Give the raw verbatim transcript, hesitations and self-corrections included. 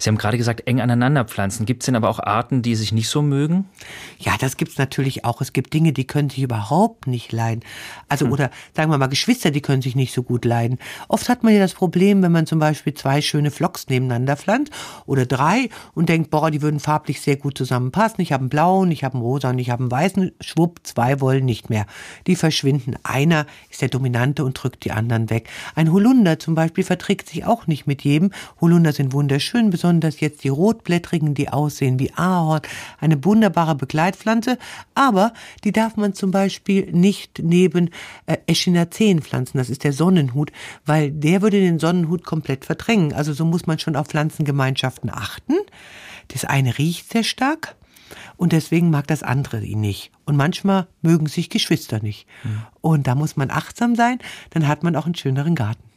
Sie haben gerade gesagt, eng aneinander pflanzen. Gibt es denn aber auch Arten, die sich nicht so mögen? Ja, das gibt's natürlich auch. Es gibt Dinge, die können sich überhaupt nicht leiden. Also, hm. oder sagen wir mal, Geschwister, die können sich nicht so gut leiden. Oft hat man ja das Problem, wenn man zum Beispiel zwei schöne Phlox nebeneinander pflanzt oder drei und denkt, boah, die würden farblich sehr gut zusammenpassen. Ich habe einen blauen, ich habe einen rosa und ich habe einen weißen. Schwupp, zwei wollen nicht mehr. Die verschwinden. Einer ist der Dominante und drückt die anderen weg. Ein Holunder zum Beispiel verträgt sich auch nicht mit jedem. Holunder sind wunderschön, besonders jetzt die rotblättrigen, die aussehen wie Ahorn. Eine wunderbare Begleitpflanze, aber die darf man zum Beispiel nicht neben äh, Echinaceen pflanzen. Das ist der Sonnenhut, weil der würde den Sonnenhut komplett verdrängen. Also so muss man schon auf Pflanzengemeinschaften achten. Das eine riecht sehr stark. Und deswegen mag das andere ihn nicht. Und manchmal mögen sich Geschwister nicht. Mhm. Und da muss man achtsam sein, dann hat man auch einen schöneren Garten.